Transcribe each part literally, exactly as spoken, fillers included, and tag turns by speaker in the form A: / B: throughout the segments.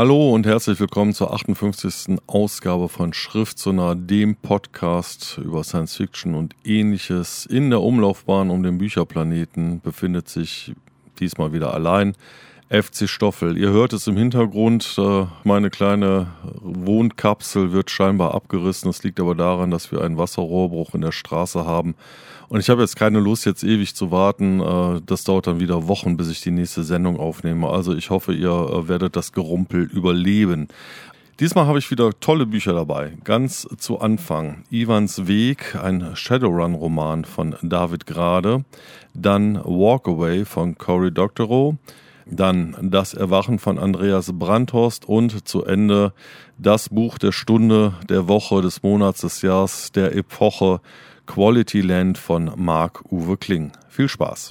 A: Hallo und herzlich willkommen zur achtundfünfzigsten Ausgabe von Schriftsonar, dem Podcast über Science Fiction und Ähnliches. In der Umlaufbahn um den Bücherplaneten befindet sich diesmal wieder allein F C Stoffel. Ihr hört es im Hintergrund, meine kleine Wohnkapsel wird scheinbar abgerissen. Das liegt aber daran, dass wir einen Wasserrohrbruch in der Straße haben. Und ich habe jetzt keine Lust, jetzt ewig zu warten. Das dauert dann wieder Wochen, bis ich die nächste Sendung aufnehme. Also ich hoffe, ihr werdet das Gerumpel überleben. Diesmal habe ich wieder tolle Bücher dabei. Ganz zu Anfang Iwans Weg, ein Shadowrun-Roman von David Grade. Dann Walkaway von Cory Doctorow. Dann Das Erwachen von Andreas Brandhorst und zu Ende das Buch der Stunde, der Woche, des Monats, des Jahres, der Epoche, Quality Land von Marc-Uwe Kling. Viel Spaß!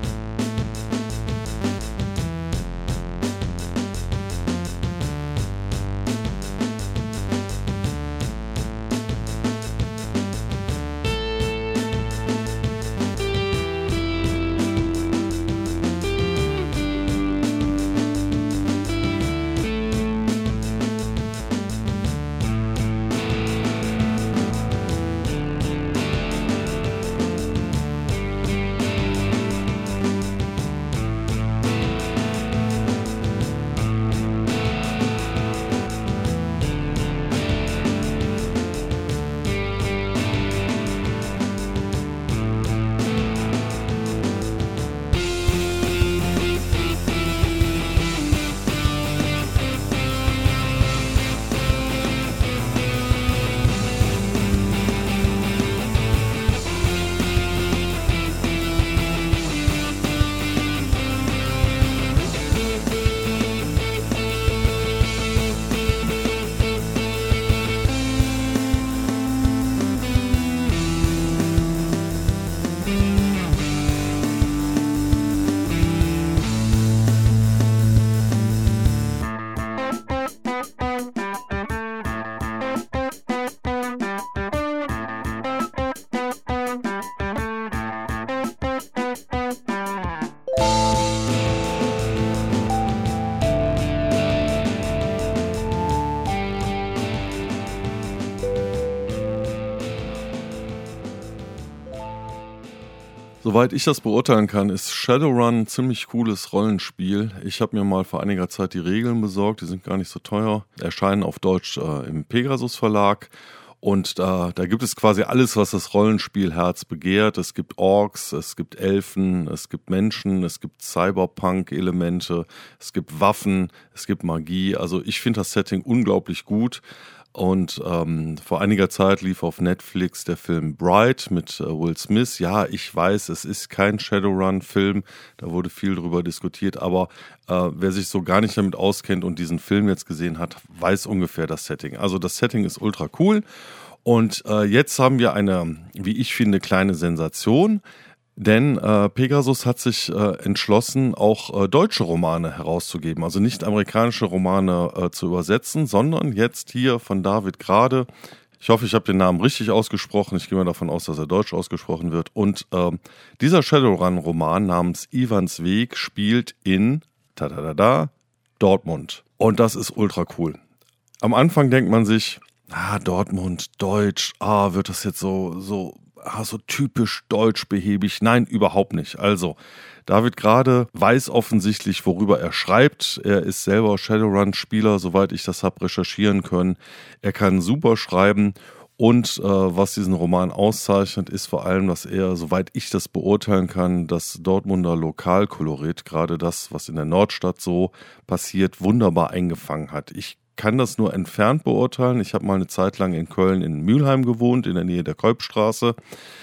A: Soweit ich das beurteilen kann, ist Shadowrun ein ziemlich cooles Rollenspiel. Ich habe mir mal vor einiger Zeit die Regeln besorgt, die sind gar nicht so teuer, erscheinen auf Deutsch äh, im Pegasus Verlag. Und da, da gibt es quasi alles, was das Rollenspielherz begehrt. Es gibt Orks, es gibt Elfen, es gibt Menschen, es gibt Cyberpunk-Elemente, es gibt Waffen, es gibt Magie. Also ich finde das Setting unglaublich gut. Und ähm, vor einiger Zeit lief auf Netflix der Film Bright mit äh, Will Smith. Ja, ich weiß, es ist kein Shadowrun-Film, da wurde viel drüber diskutiert, aber äh, wer sich so gar nicht damit auskennt und diesen Film jetzt gesehen hat, weiß ungefähr das Setting. Also das Setting ist ultra cool und äh, jetzt haben wir eine, wie ich finde, kleine Sensation. Denn äh, Pegasus hat sich äh, entschlossen, auch äh, deutsche Romane herauszugeben. Also nicht amerikanische Romane äh, zu übersetzen, sondern jetzt hier von David Grade. Ich hoffe, ich habe den Namen richtig ausgesprochen. Ich gehe mal davon aus, dass er deutsch ausgesprochen wird. Und äh, dieser Shadowrun-Roman namens Iwans Weg spielt in ta-da-da-da, Dortmund. Und das ist ultra cool. Am Anfang denkt man sich, ah, Dortmund, Deutsch, ah, wird das jetzt so, so... Ah, so typisch deutsch behäbig. Nein, überhaupt nicht. Also, David Grade weiß offensichtlich, worüber er schreibt. Er ist selber Shadowrun-Spieler, soweit ich das habe recherchieren können. Er kann super schreiben und äh, was diesen Roman auszeichnet, ist vor allem, dass er, soweit ich das beurteilen kann, das Dortmunder Lokalkolorit, gerade das, was in der Nordstadt so passiert, wunderbar eingefangen hat. Ich kann das nur entfernt beurteilen. Ich habe mal eine Zeit lang in Köln in Mülheim gewohnt, in der Nähe der Kolbstraße.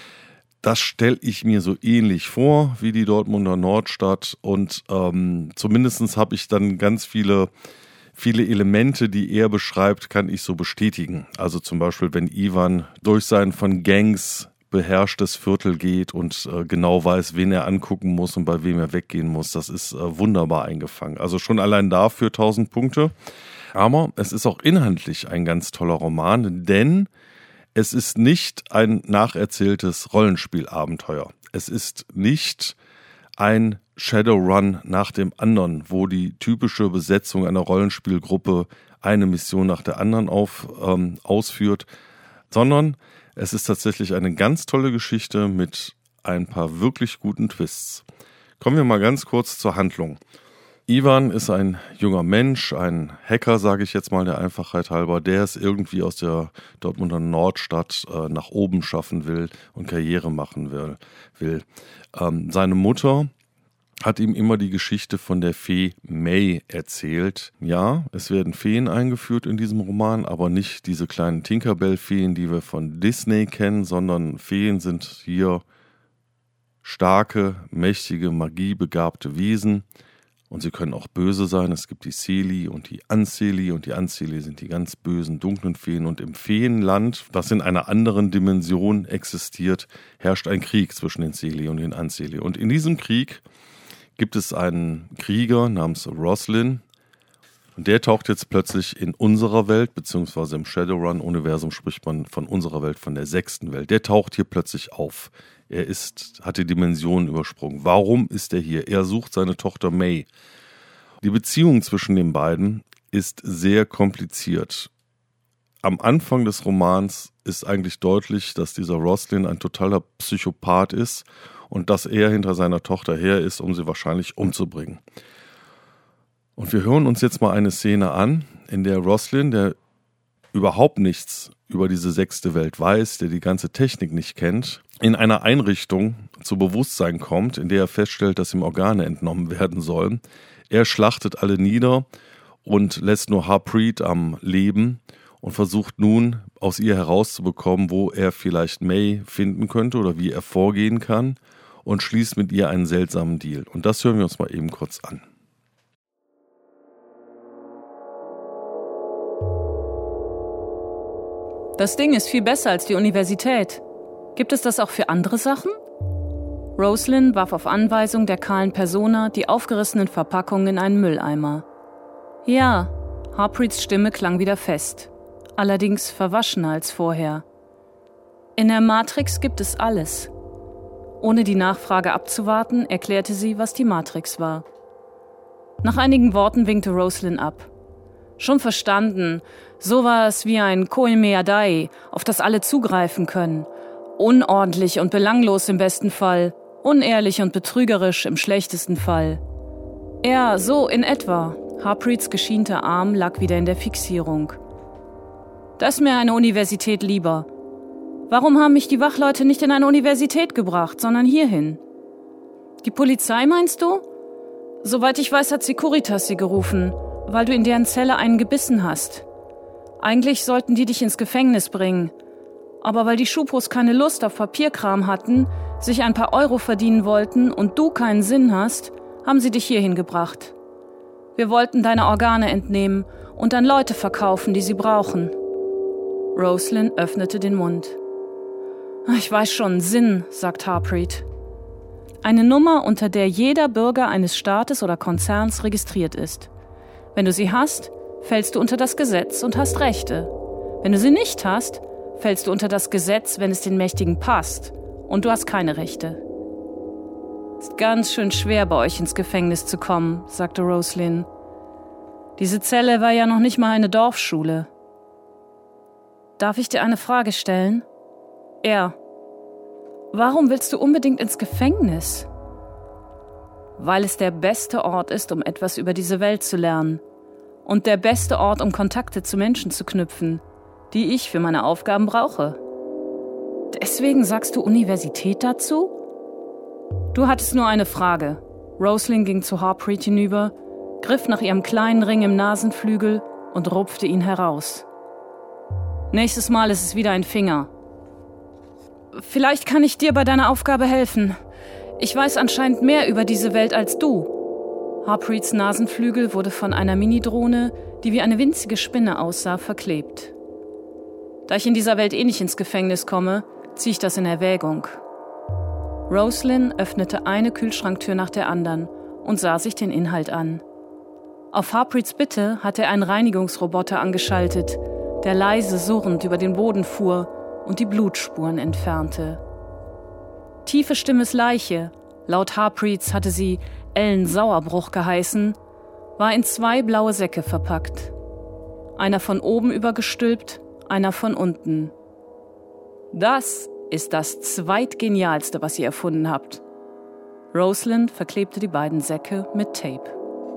A: Das stelle ich mir so ähnlich vor wie die Dortmunder Nordstadt und ähm, zumindest habe ich dann ganz viele, viele Elemente, die er beschreibt, kann ich so bestätigen. Also zum Beispiel, wenn Iwan durch sein von Gangs beherrschtes Viertel geht und äh, genau weiß, wen er angucken muss und bei wem er weggehen muss. Das ist äh, wunderbar eingefangen. Also schon allein dafür tausend Punkte. Aber es ist auch inhaltlich ein ganz toller Roman, denn es ist nicht ein nacherzähltes Rollenspielabenteuer. Es ist nicht ein Shadowrun nach dem anderen, wo die typische Besetzung einer Rollenspielgruppe eine Mission nach der anderen auf, ähm, ausführt, sondern es ist tatsächlich eine ganz tolle Geschichte mit ein paar wirklich guten Twists. Kommen wir mal ganz kurz zur Handlung. Ivan ist ein junger Mensch, ein Hacker, sage ich jetzt mal der Einfachheit halber, der es irgendwie aus der Dortmunder Nordstadt äh, nach oben schaffen will und Karriere machen will. will. Ähm, seine Mutter hat ihm immer die Geschichte von der Fee May erzählt. Ja, es werden Feen eingeführt in diesem Roman, aber nicht diese kleinen Tinkerbell-Feen, die wir von Disney kennen, sondern Feen sind hier starke, mächtige, magiebegabte Wesen. Und sie können auch böse sein. Es gibt die Celi und die Anceli und die Anceli sind die ganz bösen, dunklen Feen. Und im Feenland, das in einer anderen Dimension existiert, herrscht ein Krieg zwischen den Celi und den Anceli. Und in diesem Krieg gibt es einen Krieger namens Roslin. Und der taucht jetzt plötzlich in unserer Welt, beziehungsweise im Shadowrun-Universum spricht man von unserer Welt, von der sechsten Welt. Der taucht hier plötzlich auf. Er ist, hat die Dimension übersprungen. Warum ist er hier? Er sucht seine Tochter May. Die Beziehung zwischen den beiden ist sehr kompliziert. Am Anfang des Romans ist eigentlich deutlich, dass dieser Roslin ein totaler Psychopath ist und dass er hinter seiner Tochter her ist, um sie wahrscheinlich umzubringen. Und wir hören uns jetzt mal eine Szene an, in der Roslin, der überhaupt nichts über diese sechste Welt weiß, der die ganze Technik nicht kennt, in einer Einrichtung zu Bewusstsein kommt, in der er feststellt, dass ihm Organe entnommen werden sollen. Er schlachtet alle nieder und lässt nur Harpreet am Leben und versucht nun aus ihr herauszubekommen, wo er vielleicht May finden könnte oder wie er vorgehen kann und schließt mit ihr einen seltsamen Deal. Und das hören wir uns mal eben kurz an.
B: Das Ding ist viel besser als die Universität. Gibt es das auch für andere Sachen? Roslin warf auf Anweisung der kahlen Persona die aufgerissenen Verpackungen in einen Mülleimer. Ja, Harpreets Stimme klang wieder fest, allerdings verwaschener als vorher. In der Matrix gibt es alles. Ohne die Nachfrage abzuwarten, erklärte sie, was die Matrix war. Nach einigen Worten winkte Roslin ab. Schon verstanden. Sowas wie ein Koimeadai, auf das alle zugreifen können. Unordentlich und belanglos im besten Fall. Unehrlich und betrügerisch im schlechtesten Fall. Ja, so in etwa. Harpreets geschienter Arm lag wieder in der Fixierung. Da ist mir eine Universität lieber. Warum haben mich die Wachleute nicht in eine Universität gebracht, sondern hierhin? Die Polizei, meinst du? Soweit ich weiß, hat Securitas sie gerufen, weil du in deren Zelle einen gebissen hast. Eigentlich sollten die dich ins Gefängnis bringen. Aber weil die Schupos keine Lust auf Papierkram hatten, sich ein paar Euro verdienen wollten und du keinen Sinn hast, haben sie dich hierhin gebracht. Wir wollten deine Organe entnehmen und an Leute verkaufen, die sie brauchen. Roslin öffnete den Mund. Ich weiß schon, Sinn, sagt Harpreet. Eine Nummer, unter der jeder Bürger eines Staates oder Konzerns registriert ist. Wenn du sie hast, fällst du unter das Gesetz und hast Rechte. Wenn du sie nicht hast, fällst du unter das Gesetz, wenn es den Mächtigen passt. Und du hast keine Rechte. Ist ganz schön schwer, bei euch ins Gefängnis zu kommen, sagte Roslin. Diese Zelle war ja noch nicht mal eine Dorfschule. Darf ich dir eine Frage stellen? Ja. Warum willst du unbedingt ins Gefängnis? Weil es der beste Ort ist, um etwas über diese Welt zu lernen. Und der beste Ort, um Kontakte zu Menschen zu knüpfen, die ich für meine Aufgaben brauche. Deswegen sagst du Universität dazu? Du hattest nur eine Frage. Roslin ging zu Harpreet hinüber, griff nach ihrem kleinen Ring im Nasenflügel und rupfte ihn heraus. Nächstes Mal ist es wieder ein Finger. Vielleicht kann ich dir bei deiner Aufgabe helfen. Ich weiß anscheinend mehr über diese Welt als du. Harpreets Nasenflügel wurde von einer Minidrohne, die wie eine winzige Spinne aussah, verklebt. Da ich in dieser Welt eh nicht ins Gefängnis komme, ziehe ich das in Erwägung. Roslin öffnete eine Kühlschranktür nach der anderen und sah sich den Inhalt an. Auf Harpreets Bitte hatte er einen Reinigungsroboter angeschaltet, der leise surrend über den Boden fuhr und die Blutspuren entfernte. Tiefe Stimmes Leiche, laut Harpreets hatte sie Ellen Sauerbruch geheißen, war in zwei blaue Säcke verpackt. Einer von oben übergestülpt, einer von unten. Das ist das zweitgenialste, was ihr erfunden habt. Rosalind verklebte die beiden Säcke mit Tape.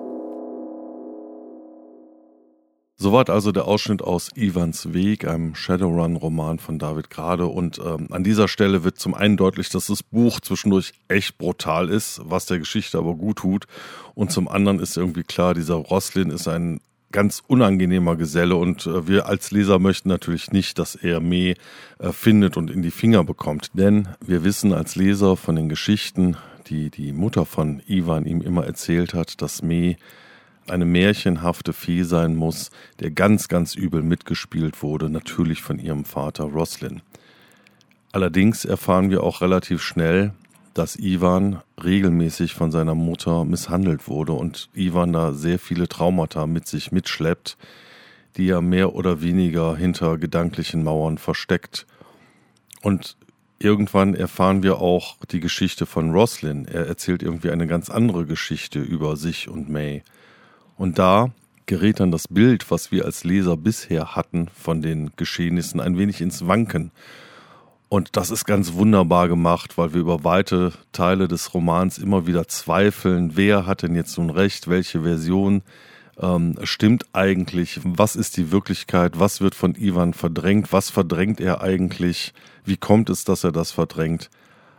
A: Soweit also der Ausschnitt aus Iwans Weg, einem Shadowrun-Roman von David Grade. Und ähm, an dieser Stelle wird zum einen deutlich, dass das Buch zwischendurch echt brutal ist, was der Geschichte aber gut tut. Und zum anderen ist irgendwie klar, dieser Roslin ist ein ganz unangenehmer Geselle und äh, wir als Leser möchten natürlich nicht, dass er May äh, findet und in die Finger bekommt. Denn wir wissen als Leser von den Geschichten, die die Mutter von Iwan ihm immer erzählt hat, dass May eine märchenhafte Fee sein muss, der ganz, ganz übel mitgespielt wurde, natürlich von ihrem Vater Roslin. Allerdings erfahren wir auch relativ schnell, dass Iwan regelmäßig von seiner Mutter misshandelt wurde und Iwan da sehr viele Traumata mit sich mitschleppt, die er mehr oder weniger hinter gedanklichen Mauern versteckt. Und irgendwann erfahren wir auch die Geschichte von Roslin. Er erzählt irgendwie eine ganz andere Geschichte über sich und May. Und da gerät dann das Bild, was wir als Leser bisher hatten von den Geschehnissen, ein wenig ins Wanken. Und das ist ganz wunderbar gemacht, weil wir über weite Teile des Romans immer wieder zweifeln, wer hat denn jetzt nun recht, welche Version ähm, stimmt eigentlich, was ist die Wirklichkeit, was wird von Iwan verdrängt, was verdrängt er eigentlich, wie kommt es, dass er das verdrängt.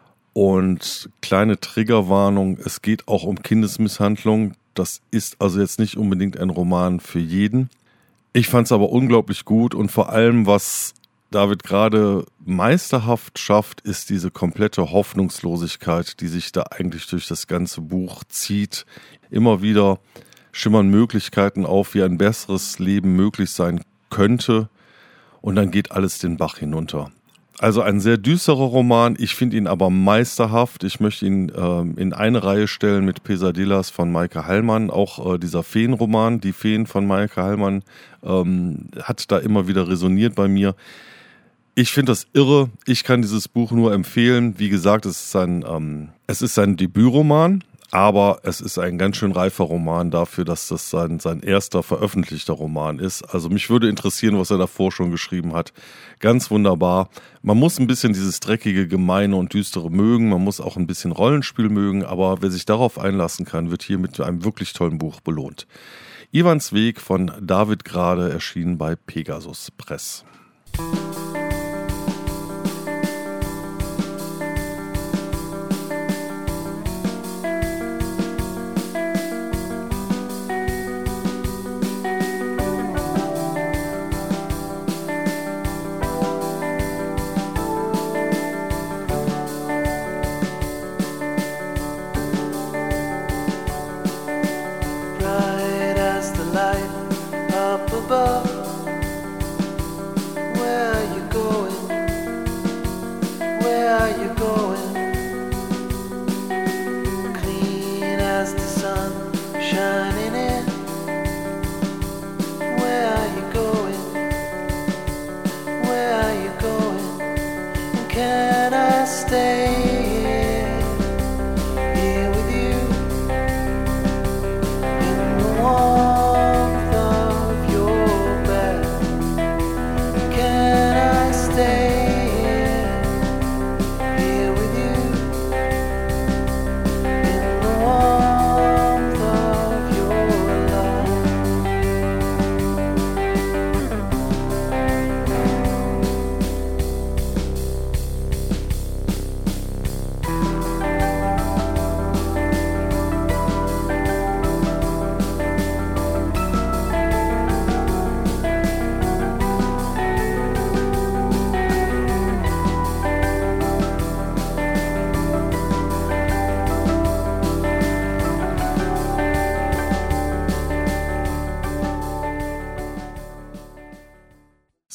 A: Und kleine Triggerwarnung, es geht auch um Kindesmisshandlung. Das ist also jetzt nicht unbedingt ein Roman für jeden. Ich fand es aber unglaublich gut und vor allem, was David gerade meisterhaft schafft, ist diese komplette Hoffnungslosigkeit, die sich da eigentlich durch das ganze Buch zieht. Immer wieder schimmern Möglichkeiten auf, wie ein besseres Leben möglich sein könnte und dann geht alles den Bach hinunter. Also ein sehr düsterer Roman, ich finde ihn aber meisterhaft. Ich möchte ihn ähm, in eine Reihe stellen mit Pesadillas von Maike Hallmann. Auch äh, dieser Feenroman, Die Feen von Maike Hallmann, ähm, hat da immer wieder resoniert bei mir. Ich finde das irre. Ich kann dieses Buch nur empfehlen. Wie gesagt, es ist ein, ähm, es ist ein Debütroman, aber es ist ein ganz schön reifer Roman dafür, dass das sein, sein erster veröffentlichter Roman ist. Also mich würde interessieren, was er davor schon geschrieben hat. Ganz wunderbar. Man muss ein bisschen dieses dreckige, gemeine und düstere mögen. Man muss auch ein bisschen Rollenspiel mögen. Aber wer sich darauf einlassen kann, wird hier mit einem wirklich tollen Buch belohnt. Iwans Weg von David Grade, erschienen bei Pegasus Press.
C: Here with you.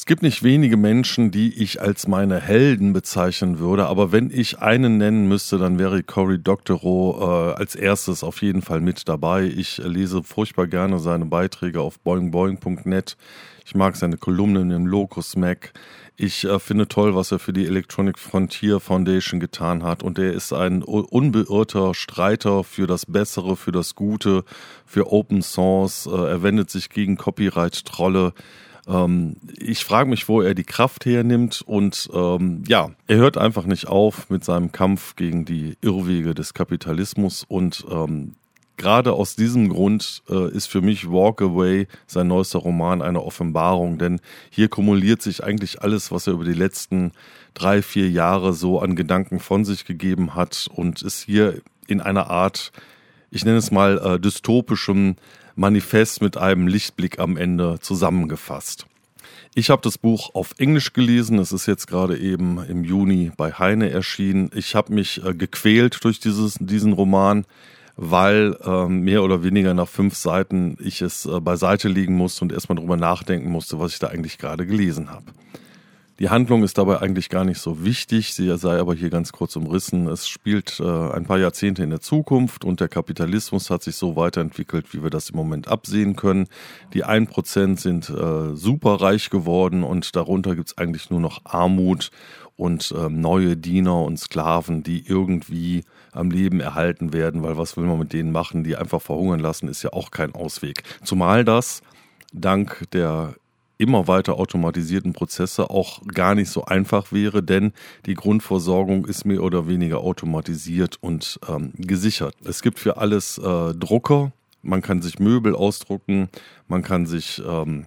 A: gibt nicht wenige Menschen, die ich als meine Helden bezeichnen würde, aber wenn ich einen nennen müsste, dann wäre Cory Doctorow äh, als erstes auf jeden Fall mit dabei. Ich äh, lese furchtbar gerne seine Beiträge auf boing boing punkt net. Ich mag seine Kolumnen im Locus Mac. Ich äh, finde toll, was er für die Electronic Frontier Foundation getan hat. Und er ist ein unbeirrter Streiter für das Bessere, für das Gute, für Open Source. Äh, er wendet sich gegen Copyright-Trolle. Ähm, ich frage mich, wo er die Kraft hernimmt. Und ähm, ja, er hört einfach nicht auf mit seinem Kampf gegen die Irrwege des Kapitalismus. Und ähm, gerade aus diesem Grund äh, ist für mich Walk Away, sein neuester Roman, eine Offenbarung, denn hier kumuliert sich eigentlich alles, was er über die letzten drei, vier Jahre so an Gedanken von sich gegeben hat und ist hier in einer Art, ich nenne es mal, äh, dystopischem Manifest mit einem Lichtblick am Ende zusammengefasst. Ich habe das Buch auf Englisch gelesen, es ist jetzt gerade eben im Juni bei Heine erschienen. Ich habe mich äh, gequält durch dieses, diesen Roman, weil ähm, mehr oder weniger nach fünf Seiten ich es äh, beiseite legen musste und erstmal drüber nachdenken musste, was ich da eigentlich gerade gelesen habe. Die Handlung ist dabei eigentlich gar nicht so wichtig, sie sei aber hier ganz kurz umrissen. Es spielt äh, ein paar Jahrzehnte in der Zukunft und der Kapitalismus hat sich so weiterentwickelt, wie wir das im Moment absehen können. Die ein Prozent sind äh, super reich geworden und darunter gibt es eigentlich nur noch Armut und äh, neue Diener und Sklaven, die irgendwie am Leben erhalten werden, weil was will man mit denen machen, die einfach verhungern lassen, ist ja auch kein Ausweg. Zumal das dank der immer weiter automatisierten Prozesse auch gar nicht so einfach wäre, denn die Grundversorgung ist mehr oder weniger automatisiert und ähm, gesichert. Es gibt für alles äh, Drucker, man kann sich Möbel ausdrucken, man kann sich ähm,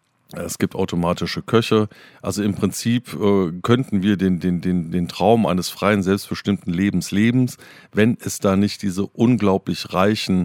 A: es gibt automatische Köche. Also im Prinzip äh, könnten wir den, den, den, den Traum eines freien, selbstbestimmten Lebens leben, wenn es da nicht diese unglaublich reichen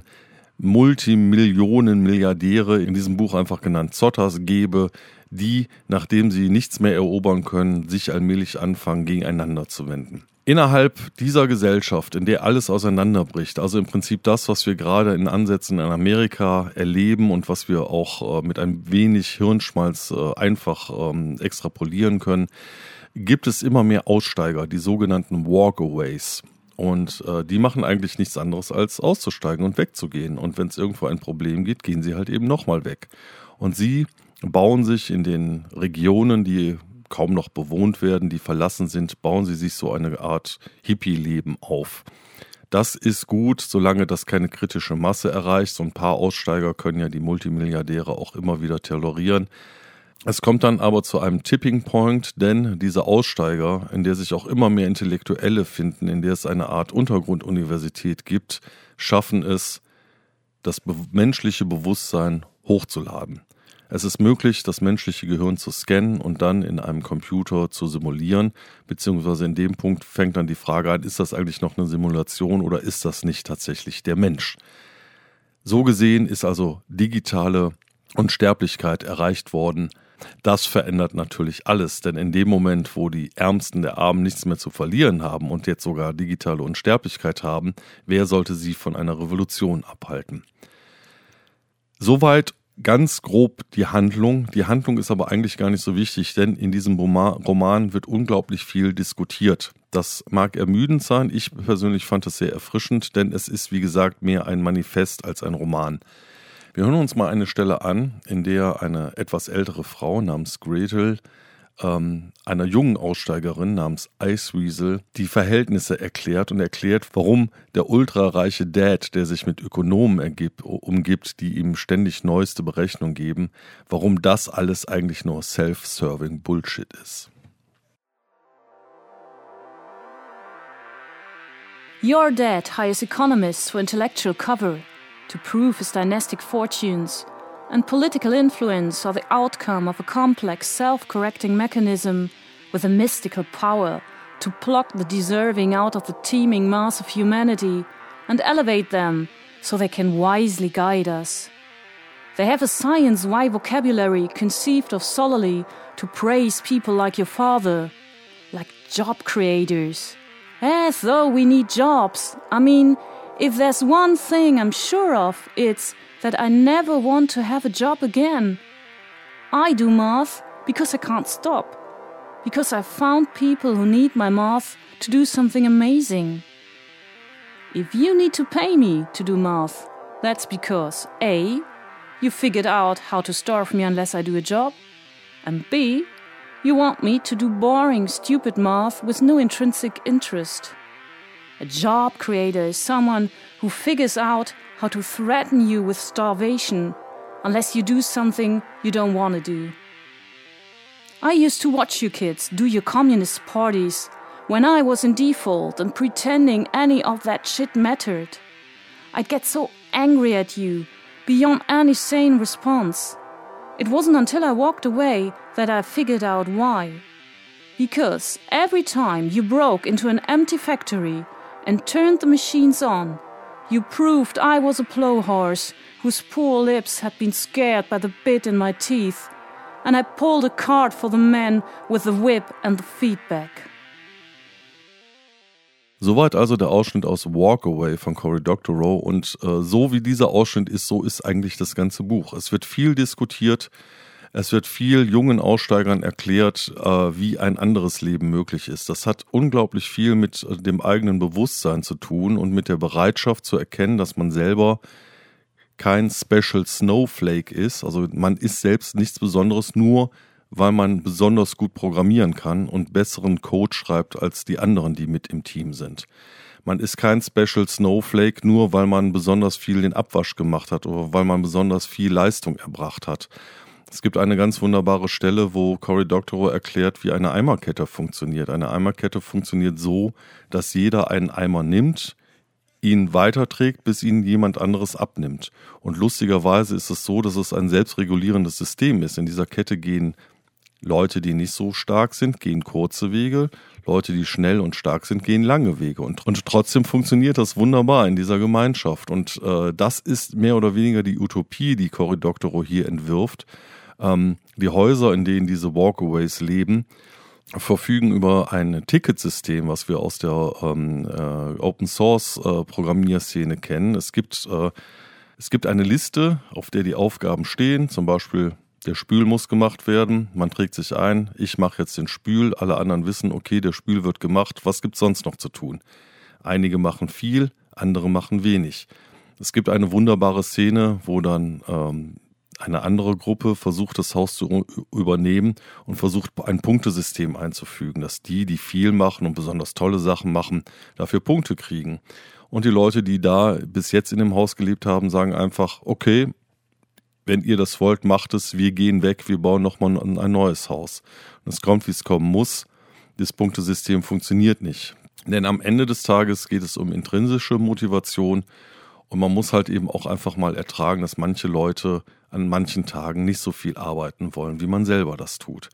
A: Multimillionen Milliardäre, in diesem Buch einfach genannt Zotters, gäbe, die, nachdem sie nichts mehr erobern können, sich allmählich anfangen, gegeneinander zu wenden. Innerhalb dieser Gesellschaft, in der alles auseinanderbricht, also im Prinzip das, was wir gerade in Ansätzen in Amerika erleben und was wir auch äh, mit ein wenig Hirnschmalz äh, einfach ähm, extrapolieren können, gibt es immer mehr Aussteiger, die sogenannten Walkaways. Und äh, die machen eigentlich nichts anderes, als auszusteigen und wegzugehen. Und wenn es irgendwo ein Problem gibt, gehen sie halt eben nochmal weg. Und sie bauen sich in den Regionen, die kaum noch bewohnt werden, die verlassen sind, bauen sie sich so eine Art Hippie-Leben auf. Das ist gut, solange das keine kritische Masse erreicht. So ein paar Aussteiger können ja die Multimilliardäre auch immer wieder tolerieren. Es kommt dann aber zu einem Tipping Point, denn diese Aussteiger, in der sich auch immer mehr Intellektuelle finden, in der es eine Art Untergrunduniversität gibt, schaffen es, das be- menschliche Bewusstsein hochzuladen. Es ist möglich, das menschliche Gehirn zu scannen und dann in einem Computer zu simulieren, beziehungsweise in dem Punkt fängt dann die Frage an, ist das eigentlich noch eine Simulation oder ist das nicht tatsächlich der Mensch? So gesehen ist also digitale Unsterblichkeit erreicht worden. Das verändert natürlich alles, denn in dem Moment, wo die Ärmsten der Armen nichts mehr zu verlieren haben und jetzt sogar digitale Unsterblichkeit haben, wer sollte sie von einer Revolution abhalten? Soweit ganz grob die Handlung. Die Handlung ist aber eigentlich gar nicht so wichtig, denn in diesem Roman wird unglaublich viel diskutiert. Das mag ermüdend sein, ich persönlich fand es sehr erfrischend, denn es ist, wie gesagt, mehr ein Manifest als ein Roman. Wir hören uns mal eine Stelle an, in der eine etwas ältere Frau namens Gretel ähm, einer jungen Aussteigerin namens Iceweasel die Verhältnisse erklärt und erklärt, warum der ultrareiche Dad, der sich mit Ökonomen ergibt, umgibt, die ihm ständig neueste Berechnungen geben, warum das alles eigentlich nur self-serving Bullshit ist.
B: Your dad hires economists for intellectual cover to prove his dynastic fortunes, and political influence are the outcome of a complex self-correcting mechanism with a mystical power to pluck the deserving out of the teeming mass of humanity and elevate them so they can wisely guide us. They have a science-wide vocabulary conceived of solely to praise people like your father, like job creators. As though we need jobs. I mean, if there's one thing I'm sure of, it's that I never want to have a job again. I do math because I can't stop. Because I've found people who need my math to do something amazing. If you need to pay me to do math, that's because A, you figured out how to starve me unless I do a job, and B, you want me to do boring, stupid math with no intrinsic interest. A job creator is someone who figures out how to threaten you with starvation unless you do something you don't want to do. I used to watch you kids do your communist parties when I was in default and pretending any of that shit mattered. I'd get so angry at you, beyond any sane response. It wasn't until I walked away that I figured out why. Because every time you broke into an empty factory and turned the machines on, you proved I was a plow horse whose poor lips had been scared by the bit in my teeth, and I pulled a cart for the man with the whip and the feedback.
A: Soweit also der Ausschnitt aus Walk Away von Cory Doctorow, und äh, so wie dieser Ausschnitt ist, so ist eigentlich das ganze Buch. Es wird viel diskutiert, es wird viel jungen Aussteigern erklärt, äh, wie ein anderes Leben möglich ist. Das hat unglaublich viel mit äh, dem eigenen Bewusstsein zu tun und mit der Bereitschaft zu erkennen, dass man selber kein Special Snowflake ist. Also man ist selbst nichts Besonderes, nur weil man besonders gut programmieren kann und besseren Code schreibt als die anderen, die mit im Team sind. Man ist kein Special Snowflake, nur weil man besonders viel den Abwasch gemacht hat oder weil man besonders viel Leistung erbracht hat. Es gibt eine ganz wunderbare Stelle, wo Cory Doctorow erklärt, wie eine Eimerkette funktioniert. Eine Eimerkette funktioniert so, dass jeder einen Eimer nimmt, ihn weiterträgt, bis ihn jemand anderes abnimmt. Und lustigerweise ist es so, dass es ein selbstregulierendes System ist. In dieser Kette gehen Leute, die nicht so stark sind, gehen kurze Wege. Leute, die schnell und stark sind, gehen lange Wege. Und, und trotzdem funktioniert das wunderbar in dieser Gemeinschaft. Und äh, das ist mehr oder weniger die Utopie, die Cory Doctorow hier entwirft. Ähm, die Häuser, in denen diese Walkaways leben, verfügen über ein Ticketsystem, was wir aus der ähm, äh, Open-Source-Programmierszene äh, kennen. Es gibt, äh, es gibt eine Liste, auf der die Aufgaben stehen, zum Beispiel der Spül muss gemacht werden, man trägt sich ein, ich mache jetzt den Spül, alle anderen wissen, okay, der Spül wird gemacht, was gibt es sonst noch zu tun? Einige machen viel, andere machen wenig. Es gibt eine wunderbare Szene, wo dann ähm, eine andere Gruppe versucht, das Haus zu übernehmen und versucht, ein Punktesystem einzufügen, dass die, die viel machen und besonders tolle Sachen machen, dafür Punkte kriegen. Und die Leute, die da bis jetzt in dem Haus gelebt haben, sagen einfach, okay, wenn ihr das wollt, macht es, wir gehen weg, wir bauen nochmal ein neues Haus. Und es kommt, wie es kommen muss. Das Punktesystem funktioniert nicht. Denn am Ende des Tages geht es um intrinsische Motivation und man muss halt eben auch einfach mal ertragen, dass manche Leute an manchen Tagen nicht so viel arbeiten wollen, wie man selber das tut.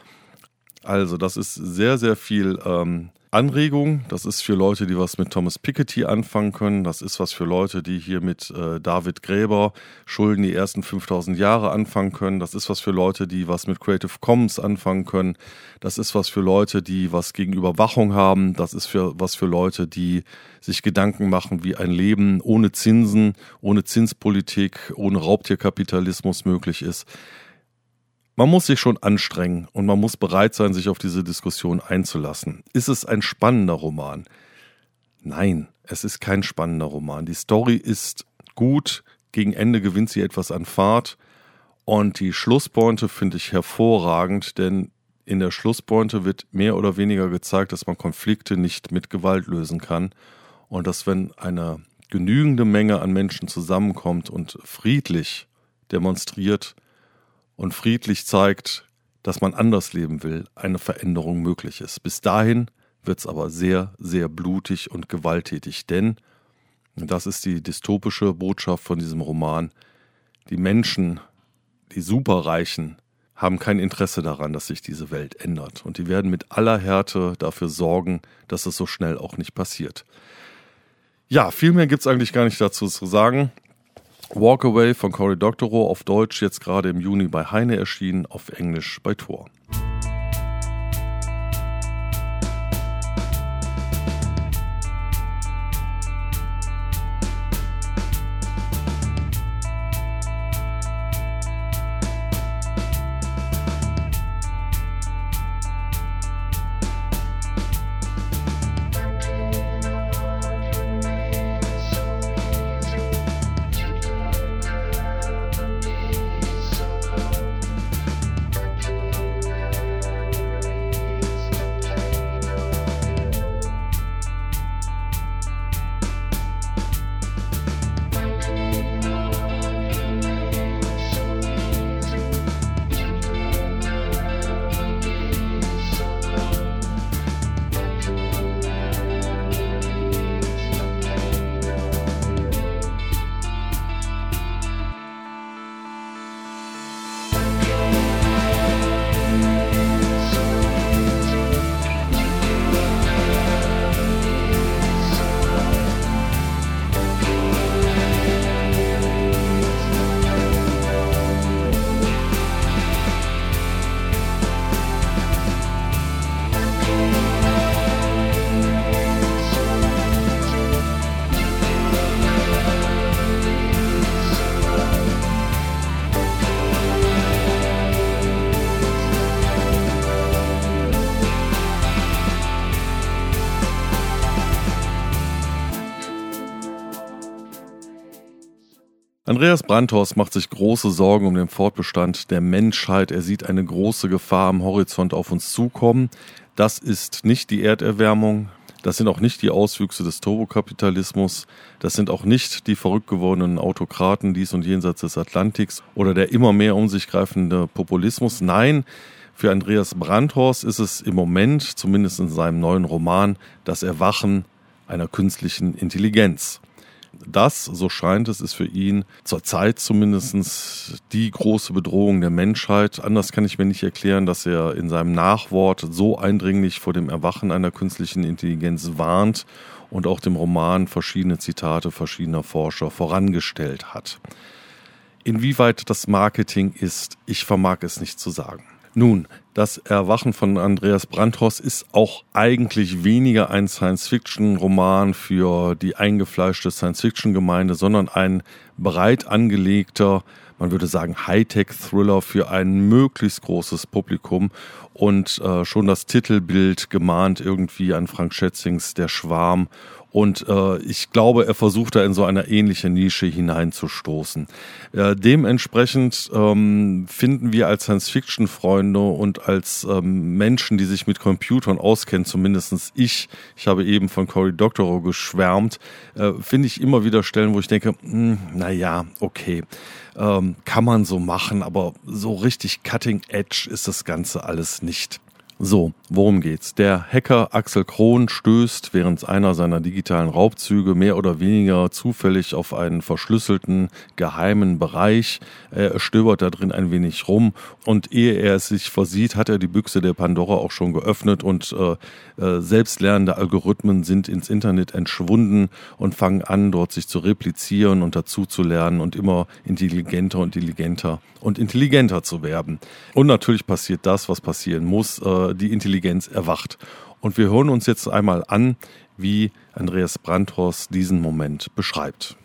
A: Also das ist sehr, sehr viel ähm, Anregung. Das ist für Leute, die was mit Thomas Piketty anfangen können. Das ist was für Leute, die hier mit äh, David Graeber Schulden die ersten fünftausend Jahre anfangen können. Das ist was für Leute, die was mit Creative Commons anfangen können. Das ist was für Leute, die was gegen Überwachung haben. Das ist für was für Leute, die sich Gedanken machen, wie ein Leben ohne Zinsen, ohne Zinspolitik, ohne Raubtierkapitalismus möglich ist. Man muss sich schon anstrengen und man muss bereit sein, sich auf diese Diskussion einzulassen. Ist es ein spannender Roman? Nein, es ist kein spannender Roman. Die Story ist gut, gegen Ende gewinnt sie etwas an Fahrt und die Schlusspointe finde ich hervorragend, denn in der Schlusspointe wird mehr oder weniger gezeigt, dass man Konflikte nicht mit Gewalt lösen kann und dass, wenn eine genügende Menge an Menschen zusammenkommt und friedlich demonstriert und friedlich zeigt, dass man anders leben will, eine Veränderung möglich ist. Bis dahin wird es aber sehr, sehr blutig und gewalttätig, denn, und das ist die dystopische Botschaft von diesem Roman, die Menschen, die Superreichen, haben kein Interesse daran, dass sich diese Welt ändert. Und die werden mit aller Härte dafür sorgen, dass es so schnell auch nicht passiert. Ja, viel mehr gibt es eigentlich gar nicht dazu zu sagen. Walk Away von Cory Doctorow, auf Deutsch jetzt gerade im Juni bei Heine erschienen, auf Englisch bei Tor. Andreas Brandhorst macht sich große Sorgen um den Fortbestand der Menschheit. Er sieht eine große Gefahr am Horizont auf uns zukommen. Das ist nicht die Erderwärmung, das sind auch nicht die Auswüchse des Turbokapitalismus, das sind auch nicht die verrückt gewordenen Autokraten dies und jenseits des Atlantiks oder der immer mehr um sich greifende Populismus. Nein, für Andreas Brandhorst ist es im Moment, zumindest in seinem neuen Roman, das Erwachen einer künstlichen Intelligenz. Das, so scheint es, ist für ihn zurzeit zumindest die große Bedrohung der Menschheit. Anders kann ich mir nicht erklären, dass er in seinem Nachwort so eindringlich vor dem Erwachen einer künstlichen Intelligenz warnt und auch dem Roman verschiedene Zitate verschiedener Forscher vorangestellt hat. Inwieweit das Marketing ist, ich vermag es nicht zu sagen. Nun, das Erwachen von Andreas Brandhorst ist auch eigentlich weniger ein Science-Fiction-Roman für die eingefleischte Science-Fiction-Gemeinde, sondern ein breit angelegter, man würde sagen Hightech-Thriller für ein möglichst großes Publikum. Und äh, schon das Titelbild gemahnt irgendwie an Frank Schätzings Der Schwarm. Und äh, ich glaube, er versucht da in so eine ähnliche Nische hineinzustoßen. Äh, dementsprechend ähm, finden wir als Science-Fiction-Freunde und als ähm, Menschen, die sich mit Computern auskennen, zumindest ich, ich habe eben von Cory Doctorow geschwärmt, äh, finde ich immer wieder Stellen, wo ich denke, mh, naja, okay, ähm, kann man so machen, aber so richtig cutting edge ist das Ganze alles nicht. So, worum geht's? Der Hacker Axel Krohn stößt während einer seiner digitalen Raubzüge mehr oder weniger zufällig auf einen verschlüsselten, geheimen Bereich. Er stöbert da drin ein wenig rum und ehe er es sich versieht, hat er die Büchse der Pandora auch schon geöffnet und äh, äh, selbstlernende Algorithmen sind ins Internet entschwunden und fangen an, dort sich zu replizieren und dazu zu lernen und immer intelligenter und intelligenter und intelligenter zu werden. Und natürlich passiert das, was passieren muss, äh, die Intelligenz erwacht. Und wir hören uns jetzt einmal an, wie Andreas Brandhorst diesen Moment beschreibt.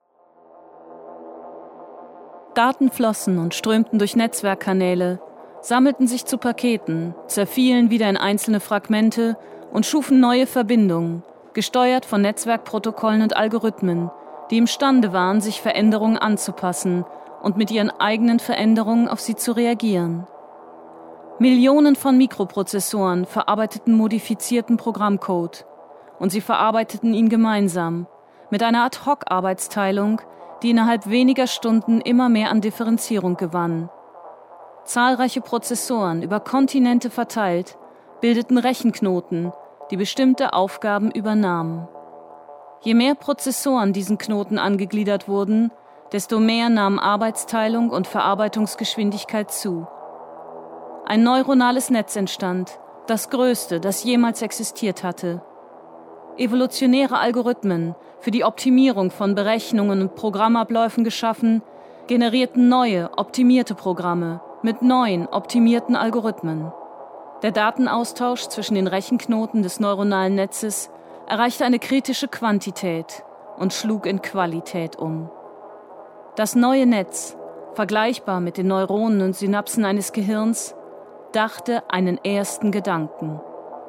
B: Daten flossen und strömten durch Netzwerkkanäle, sammelten sich zu Paketen, zerfielen wieder in einzelne Fragmente und schufen neue Verbindungen, gesteuert von Netzwerkprotokollen und Algorithmen, die imstande waren, sich Veränderungen anzupassen und mit ihren eigenen Veränderungen auf sie zu reagieren. Millionen von Mikroprozessoren verarbeiteten modifizierten Programmcode und sie verarbeiteten ihn gemeinsam mit einer Ad-hoc-Arbeitsteilung, die innerhalb weniger Stunden immer mehr an Differenzierung gewann. Zahlreiche Prozessoren über Kontinente verteilt bildeten Rechenknoten, die bestimmte Aufgaben übernahmen. Je mehr Prozessoren diesen Knoten angegliedert wurden, desto mehr nahmen Arbeitsteilung und Verarbeitungsgeschwindigkeit zu. Ein neuronales Netz entstand, das größte, das jemals existiert hatte. Evolutionäre Algorithmen, für die Optimierung von Berechnungen und Programmabläufen geschaffen, generierten neue, optimierte Programme mit neuen, optimierten Algorithmen. Der Datenaustausch zwischen den Rechenknoten des neuronalen Netzes erreichte eine kritische Quantität und schlug in Qualität um. Das neue Netz, vergleichbar mit den Neuronen und Synapsen eines Gehirns, dachte einen ersten Gedanken.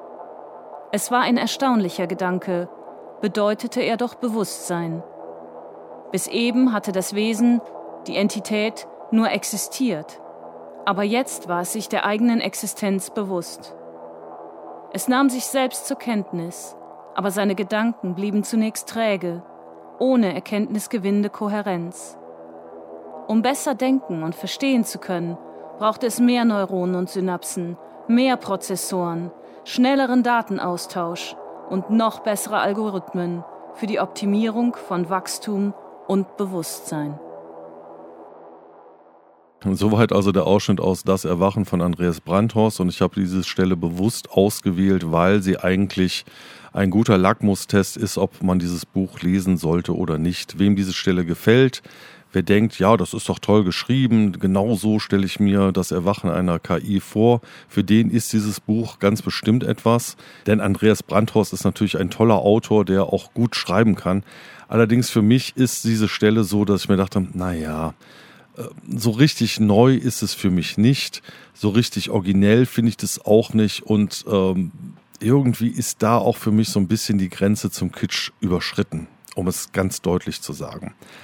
B: Es war ein erstaunlicher Gedanke, bedeutete er doch Bewusstsein. Bis eben hatte das Wesen, die Entität, nur existiert, aber jetzt war es sich der eigenen Existenz bewusst. Es nahm sich selbst zur Kenntnis, aber seine Gedanken blieben zunächst träge, ohne erkenntnisgewinnende Kohärenz. Um besser denken und verstehen zu können, brauchte es mehr Neuronen und Synapsen, mehr Prozessoren, schnelleren Datenaustausch und noch bessere Algorithmen für die Optimierung von Wachstum und Bewusstsein.
A: Soweit also der Ausschnitt aus Das Erwachen von Andreas Brandhorst, und ich habe diese Stelle bewusst ausgewählt, weil sie eigentlich ein guter Lackmustest ist, ob man dieses Buch lesen sollte oder nicht. Wem diese Stelle gefällt, wer denkt, ja, das ist doch toll geschrieben, genau so stelle ich mir das Erwachen einer K I vor, für den ist dieses Buch ganz bestimmt etwas. Denn Andreas Brandhorst ist natürlich ein toller Autor, der auch gut schreiben kann. Allerdings für mich ist diese Stelle so, dass ich mir dachte, naja, so richtig neu ist es für mich nicht, so richtig originell finde ich das auch nicht und ähm, irgendwie ist da auch für mich so ein bisschen die Grenze zum Kitsch überschritten, um es ganz deutlich zu sagen.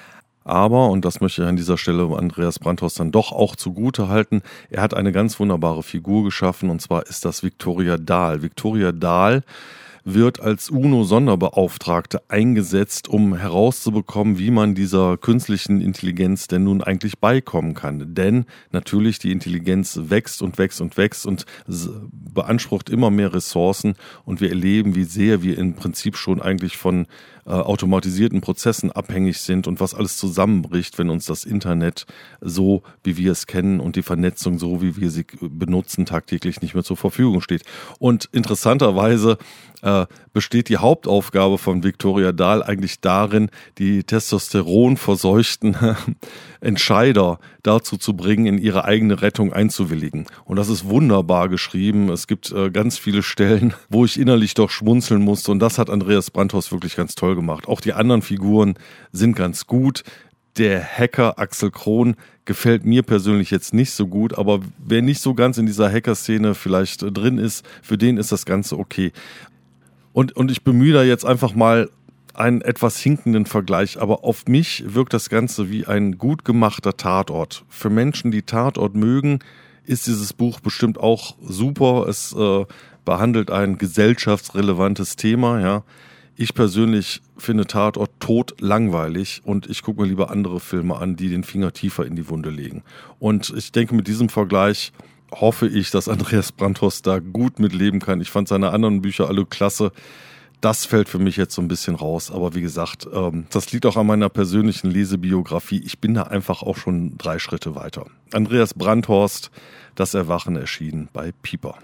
A: Aber, und das möchte ich an dieser Stelle Andreas Brandhorst dann doch auch zugute halten, er hat eine ganz wunderbare Figur geschaffen, und zwar ist das Viktoria Dahl. Viktoria Dahl wird als UNO-Sonderbeauftragte eingesetzt, um herauszubekommen, wie man dieser künstlichen Intelligenz denn nun eigentlich beikommen kann. Denn natürlich die Intelligenz wächst und wächst und wächst und beansprucht immer mehr Ressourcen, und wir erleben, wie sehr wir im Prinzip schon eigentlich von äh, automatisierten Prozessen abhängig sind und was alles zusammenbricht, wenn uns das Internet so, wie wir es kennen, und die Vernetzung so, wie wir sie benutzen, tagtäglich nicht mehr zur Verfügung steht. Und interessanterweise äh, besteht die Hauptaufgabe von Viktoria Dahl eigentlich darin, die testosteronverseuchten Entscheider dazu zu bringen, in ihre eigene Rettung einzuwilligen. Und das ist wunderbar geschrieben. Es gibt äh, ganz viele Stellen, wo ich innerlich doch schmunzeln musste, und das hat Andreas Brandhorst wirklich ganz toll gemacht. Auch die anderen Figuren sind ganz gut. Der Hacker Axel Krohn gefällt mir persönlich jetzt nicht so gut, aber wer nicht so ganz in dieser Hacker-Szene vielleicht drin ist, für den ist das Ganze okay. Und, und ich bemühe da jetzt einfach mal einen etwas hinkenden Vergleich, aber auf mich wirkt das Ganze wie ein gut gemachter Tatort. Für Menschen, die Tatort mögen, ist dieses Buch bestimmt auch super. Es äh, behandelt ein gesellschaftsrelevantes Thema, ja. Ich persönlich finde Tatort totlangweilig, und ich gucke mir lieber andere Filme an, die den Finger tiefer in die Wunde legen. Und ich denke, mit diesem Vergleich hoffe ich, dass Andreas Brandhorst da gut mitleben kann. Ich fand seine anderen Bücher alle klasse. Das fällt für mich jetzt so ein bisschen raus. Aber wie gesagt, ähm, das liegt auch an meiner persönlichen Lesebiografie. Ich bin da einfach auch schon drei Schritte weiter. Andreas Brandhorst, Das Erwachen, erschienen bei Piper.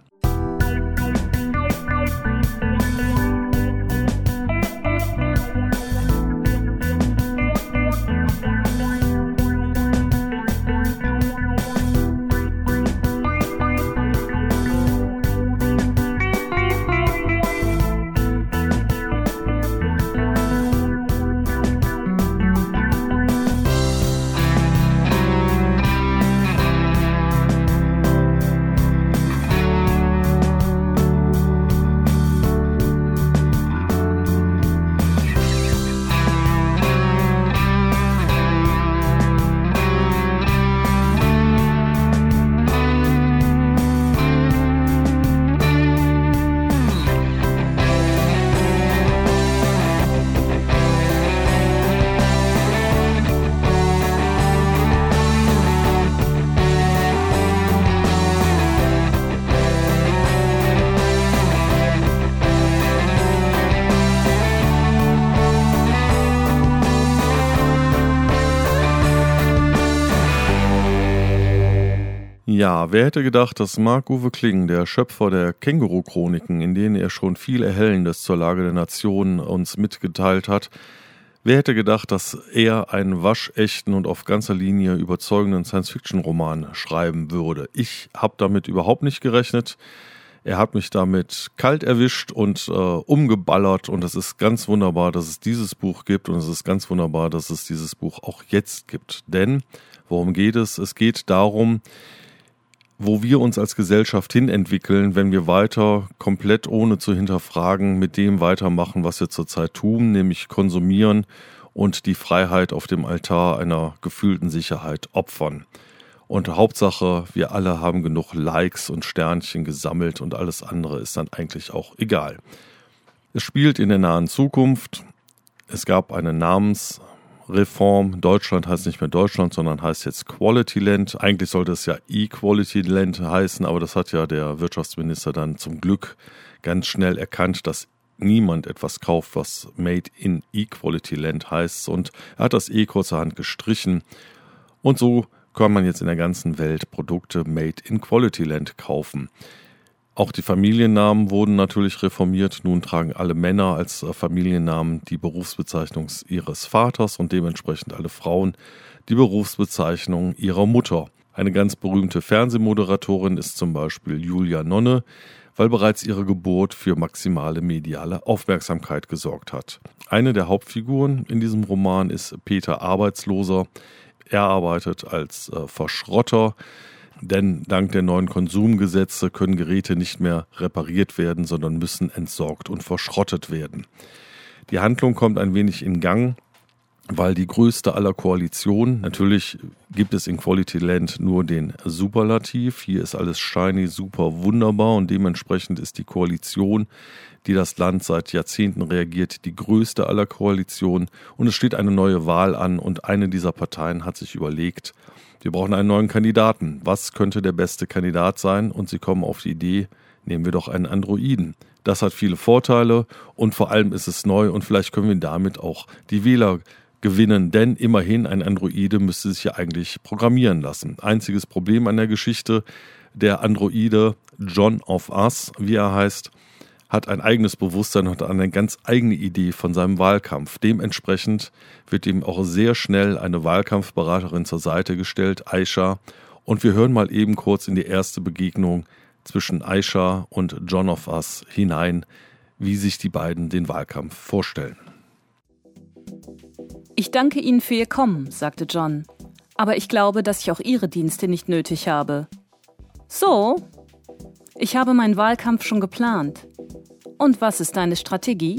A: Ja, wer hätte gedacht, dass Marc-Uwe Kling, der Schöpfer der Känguru-Chroniken, in denen er schon viel Erhellendes zur Lage der Nation uns mitgeteilt hat, wer hätte gedacht, dass er einen waschechten und auf ganzer Linie überzeugenden Science-Fiction-Roman schreiben würde? Ich habe damit überhaupt nicht gerechnet. Er hat mich damit kalt erwischt und äh, umgeballert, und es ist ganz wunderbar, dass es dieses Buch gibt, und es ist ganz wunderbar, dass es dieses Buch auch jetzt gibt. Denn, worum geht es? Es geht darum, wo wir uns als Gesellschaft hinentwickeln, wenn wir weiter komplett ohne zu hinterfragen mit dem weitermachen, was wir zurzeit tun, nämlich konsumieren und die Freiheit auf dem Altar einer gefühlten Sicherheit opfern. Und Hauptsache, wir alle haben genug Likes und Sternchen gesammelt, und alles andere ist dann eigentlich auch egal. Es spielt in der nahen Zukunft. Es gab eine Namensreform. Deutschland heißt nicht mehr Deutschland, sondern heißt jetzt Quality Land. Eigentlich sollte es ja Equality Land heißen, aber das hat ja der Wirtschaftsminister dann zum Glück ganz schnell erkannt, dass niemand etwas kauft, was Made in Equality Land heißt. Und er hat das E kurzerhand gestrichen. Und so kann man jetzt in der ganzen Welt Produkte Made in Quality Land kaufen. Auch die Familiennamen wurden natürlich reformiert. Nun tragen alle Männer als Familiennamen die Berufsbezeichnung ihres Vaters und dementsprechend alle Frauen die Berufsbezeichnung ihrer Mutter. Eine ganz berühmte Fernsehmoderatorin ist zum Beispiel Julia Nonne, weil bereits ihre Geburt für maximale mediale Aufmerksamkeit gesorgt hat. Eine der Hauptfiguren in diesem Roman ist Peter Arbeitsloser. Er arbeitet als äh, Verschrotter, denn dank der neuen Konsumgesetze können Geräte nicht mehr repariert werden, sondern müssen entsorgt und verschrottet werden. Die Handlung kommt ein wenig in Gang, weil die größte aller Koalitionen, natürlich gibt es in Quality Land nur den Superlativ, hier ist alles shiny, super, wunderbar und dementsprechend ist die Koalition, die das Land seit Jahrzehnten reagiert, die größte aller Koalitionen und es steht eine neue Wahl an und eine dieser Parteien hat sich überlegt, wir brauchen einen neuen Kandidaten, was könnte der beste Kandidat sein und sie kommen auf die Idee, nehmen wir doch einen Androiden. Das hat viele Vorteile und vor allem ist es neu und vielleicht können wir damit auch die Wähler gewinnen, denn immerhin ein Androide müsste sich ja eigentlich programmieren lassen. Einziges Problem an der Geschichte, der Androide John of Us, wie er heißt, hat ein eigenes Bewusstsein und eine ganz eigene Idee von seinem Wahlkampf. Dementsprechend wird ihm auch sehr schnell eine Wahlkampfberaterin zur Seite gestellt, Aisha, und wir hören mal eben kurz in die erste Begegnung zwischen Aisha und John of Us hinein, wie sich die beiden den Wahlkampf vorstellen.
B: Ich danke Ihnen für Ihr Kommen, sagte John. Aber ich glaube, dass ich auch Ihre Dienste nicht nötig habe. So? Ich habe meinen Wahlkampf schon geplant. Und was ist deine Strategie?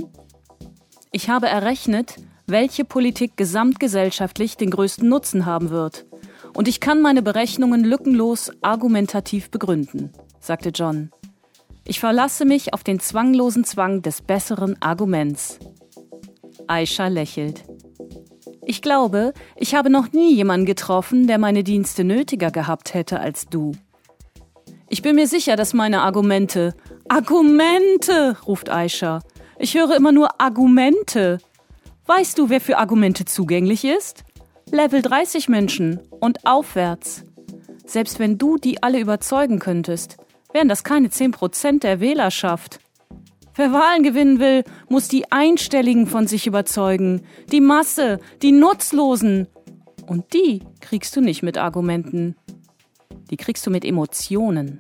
B: Ich habe errechnet, welche Politik gesamtgesellschaftlich den größten Nutzen haben wird. Und ich kann meine Berechnungen lückenlos argumentativ begründen, sagte John. Ich verlasse mich auf den zwanglosen Zwang des besseren Arguments. Aisha lächelt. Ich glaube, ich habe noch nie jemanden getroffen, der meine Dienste nötiger gehabt hätte als du. Ich bin mir sicher, dass meine Argumente... Argumente, ruft Aisha. Ich höre immer nur Argumente. Weißt du, wer für Argumente zugänglich ist? Level dreißig Menschen und aufwärts. Selbst wenn du die alle überzeugen könntest, wären das keine zehn Prozent der Wählerschaft. Wer Wahlen gewinnen will, muss die Einstelligen von sich überzeugen. Die Masse, die Nutzlosen. Und die kriegst du nicht mit Argumenten. Die kriegst du mit Emotionen.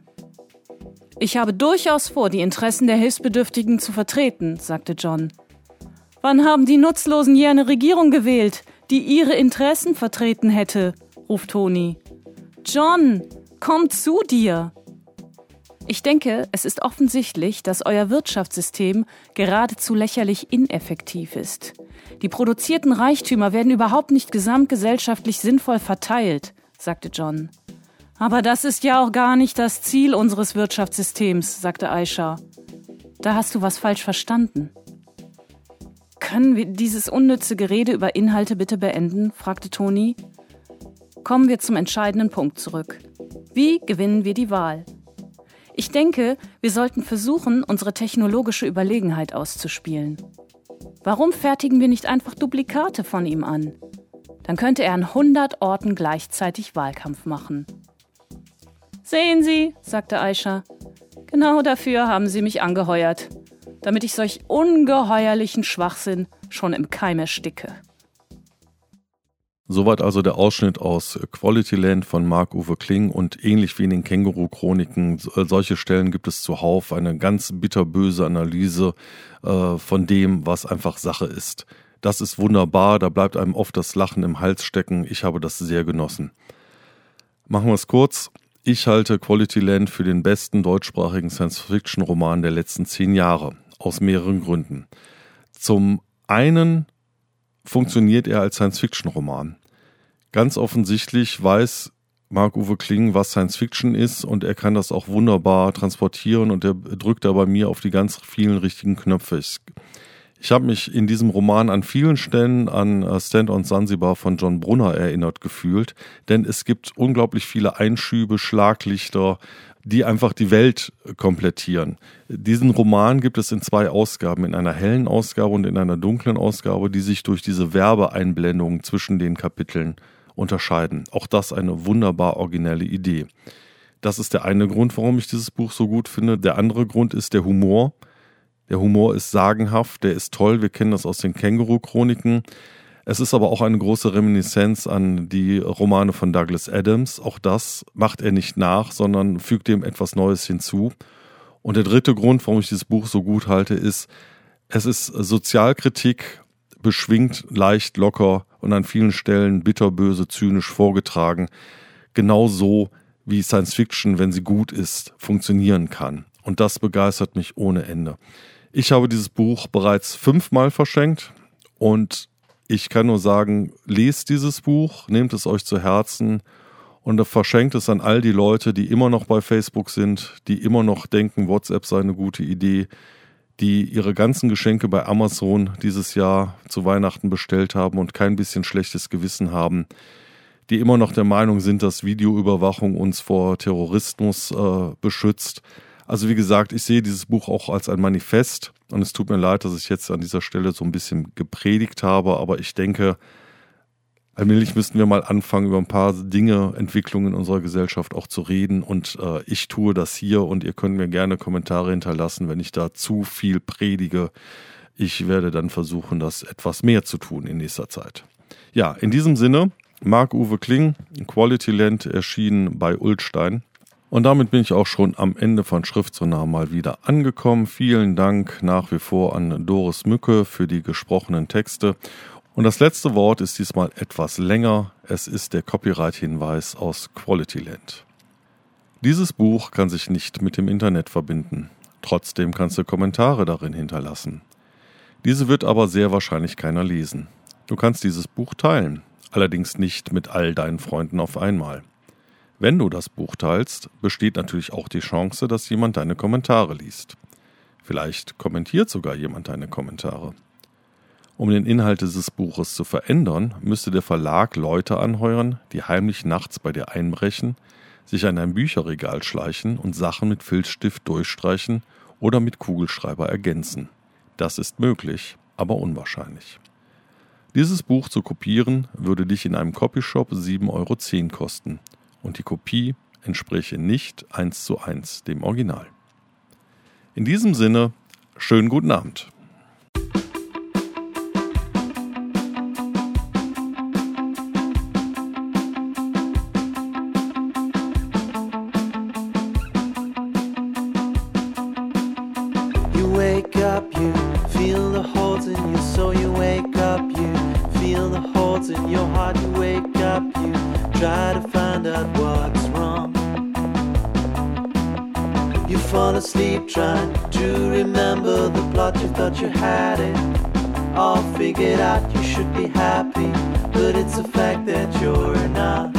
B: Ich habe durchaus vor, die Interessen der Hilfsbedürftigen zu vertreten, sagte John. Wann haben die Nutzlosen je eine Regierung gewählt, die ihre Interessen vertreten hätte, ruft Toni. John, komm zu dir! Ich denke, es ist offensichtlich, dass euer Wirtschaftssystem geradezu lächerlich ineffektiv ist. Die produzierten Reichtümer werden überhaupt nicht gesamtgesellschaftlich sinnvoll verteilt, sagte John. Aber das ist ja auch gar nicht das Ziel unseres Wirtschaftssystems, sagte Aisha. Da hast du was falsch verstanden. Können wir dieses unnütze Gerede über Inhalte bitte beenden? Fragte Toni. Kommen wir zum entscheidenden Punkt zurück. Wie gewinnen wir die Wahl? Ich denke, wir sollten versuchen, unsere technologische Überlegenheit auszuspielen. Warum fertigen wir nicht einfach Duplikate von ihm an? Dann könnte er an hundert Orten gleichzeitig Wahlkampf machen. Sehen Sie, sagte Aisha, genau dafür haben Sie mich angeheuert, damit ich solch ungeheuerlichen Schwachsinn schon im Keim ersticke.
A: Soweit also der Ausschnitt aus Quality Land von Marc-Uwe Kling und ähnlich wie in den Känguru-Chroniken, solche Stellen gibt es zuhauf, eine ganz bitterböse Analyse äh, von dem, was einfach Sache ist. Das ist wunderbar, da bleibt einem oft das Lachen im Hals stecken, ich habe das sehr genossen. Machen wir es kurz. Ich halte Quality Land für den besten deutschsprachigen Science-Fiction-Roman der letzten zehn Jahre, aus mehreren Gründen. Zum einen funktioniert er als Science-Fiction-Roman. Ganz offensichtlich weiß Marc-Uwe Kling, was Science-Fiction ist und er kann das auch wunderbar transportieren und er drückt da bei mir auf die ganz vielen richtigen Knöpfe. Ich, ich habe mich in diesem Roman an vielen Stellen an Stand on Zanzibar von John Brunner erinnert gefühlt, denn es gibt unglaublich viele Einschübe, Schlaglichter, die einfach die Welt komplettieren. Diesen Roman gibt es in zwei Ausgaben, in einer hellen Ausgabe und in einer dunklen Ausgabe, die sich durch diese Werbeeinblendungen zwischen den Kapiteln unterscheiden. Auch das eine wunderbar originelle Idee. Das ist der eine Grund, warum ich dieses Buch so gut finde. Der andere Grund ist der Humor. Der Humor ist sagenhaft, der ist toll, wir kennen das aus den Känguru-Chroniken. Es ist aber auch eine große Reminiszenz an die Romane von Douglas Adams. Auch das macht er nicht nach, sondern fügt dem etwas Neues hinzu. Und der dritte Grund, warum ich dieses Buch so gut halte, ist, es ist Sozialkritik, beschwingt, leicht, locker und an vielen Stellen bitterböse, zynisch vorgetragen. Genau so, wie Science Fiction, wenn sie gut ist, funktionieren kann. Und das begeistert mich ohne Ende. Ich habe dieses Buch bereits fünfmal verschenkt und Ich kann nur sagen, lest dieses Buch, nehmt es euch zu Herzen und verschenkt es an all die Leute, die immer noch bei Facebook sind, die immer noch denken, WhatsApp sei eine gute Idee, die ihre ganzen Geschenke bei Amazon dieses Jahr zu Weihnachten bestellt haben und kein bisschen schlechtes Gewissen haben, die immer noch der Meinung sind, dass Videoüberwachung uns vor Terrorismus äh, beschützt. Also wie gesagt, ich sehe dieses Buch auch als ein Manifest und es tut mir leid, dass ich jetzt an dieser Stelle so ein bisschen gepredigt habe, aber ich denke, allmählich müssten wir mal anfangen, über ein paar Dinge, Entwicklungen in unserer Gesellschaft auch zu reden und äh, ich tue das hier und ihr könnt mir gerne Kommentare hinterlassen, wenn ich da zu viel predige. Ich werde dann versuchen, das etwas mehr zu tun in nächster Zeit. Ja, in diesem Sinne, Marc-Uwe Kling, Quality Land, erschienen bei Ullstein. Und damit bin ich auch schon am Ende von Schriftsonar mal wieder angekommen. Vielen Dank nach wie vor an Doris Mücke für die gesprochenen Texte. Und das letzte Wort ist diesmal etwas länger. Es ist der Copyright-Hinweis aus Quality Land. Dieses Buch kann sich nicht mit dem Internet verbinden. Trotzdem kannst du Kommentare darin hinterlassen. Diese wird aber sehr wahrscheinlich keiner lesen. Du kannst dieses Buch teilen, allerdings nicht mit all deinen Freunden auf einmal. Wenn du das Buch teilst, besteht natürlich auch die Chance, dass jemand deine Kommentare liest. Vielleicht kommentiert sogar jemand deine Kommentare. Um den Inhalt dieses Buches zu verändern, müsste der Verlag Leute anheuern, die heimlich nachts bei dir einbrechen, sich an ein Bücherregal schleichen und Sachen mit Filzstift durchstreichen oder mit Kugelschreiber ergänzen. Das ist möglich, aber unwahrscheinlich. Dieses Buch zu kopieren, würde dich in einem Copyshop sieben Euro zehn kosten. Und die Kopie entspräche nicht eins zu eins dem Original. In diesem Sinne, schönen guten Abend.
C: You wake up, you feel the holes in your soul. You wake up, you feel the holes in your heart. You wake up, you try to find out what's wrong. You fall asleep trying to remember the plot. You thought you had it all figured out. You should be happy, but it's a fact that you're not.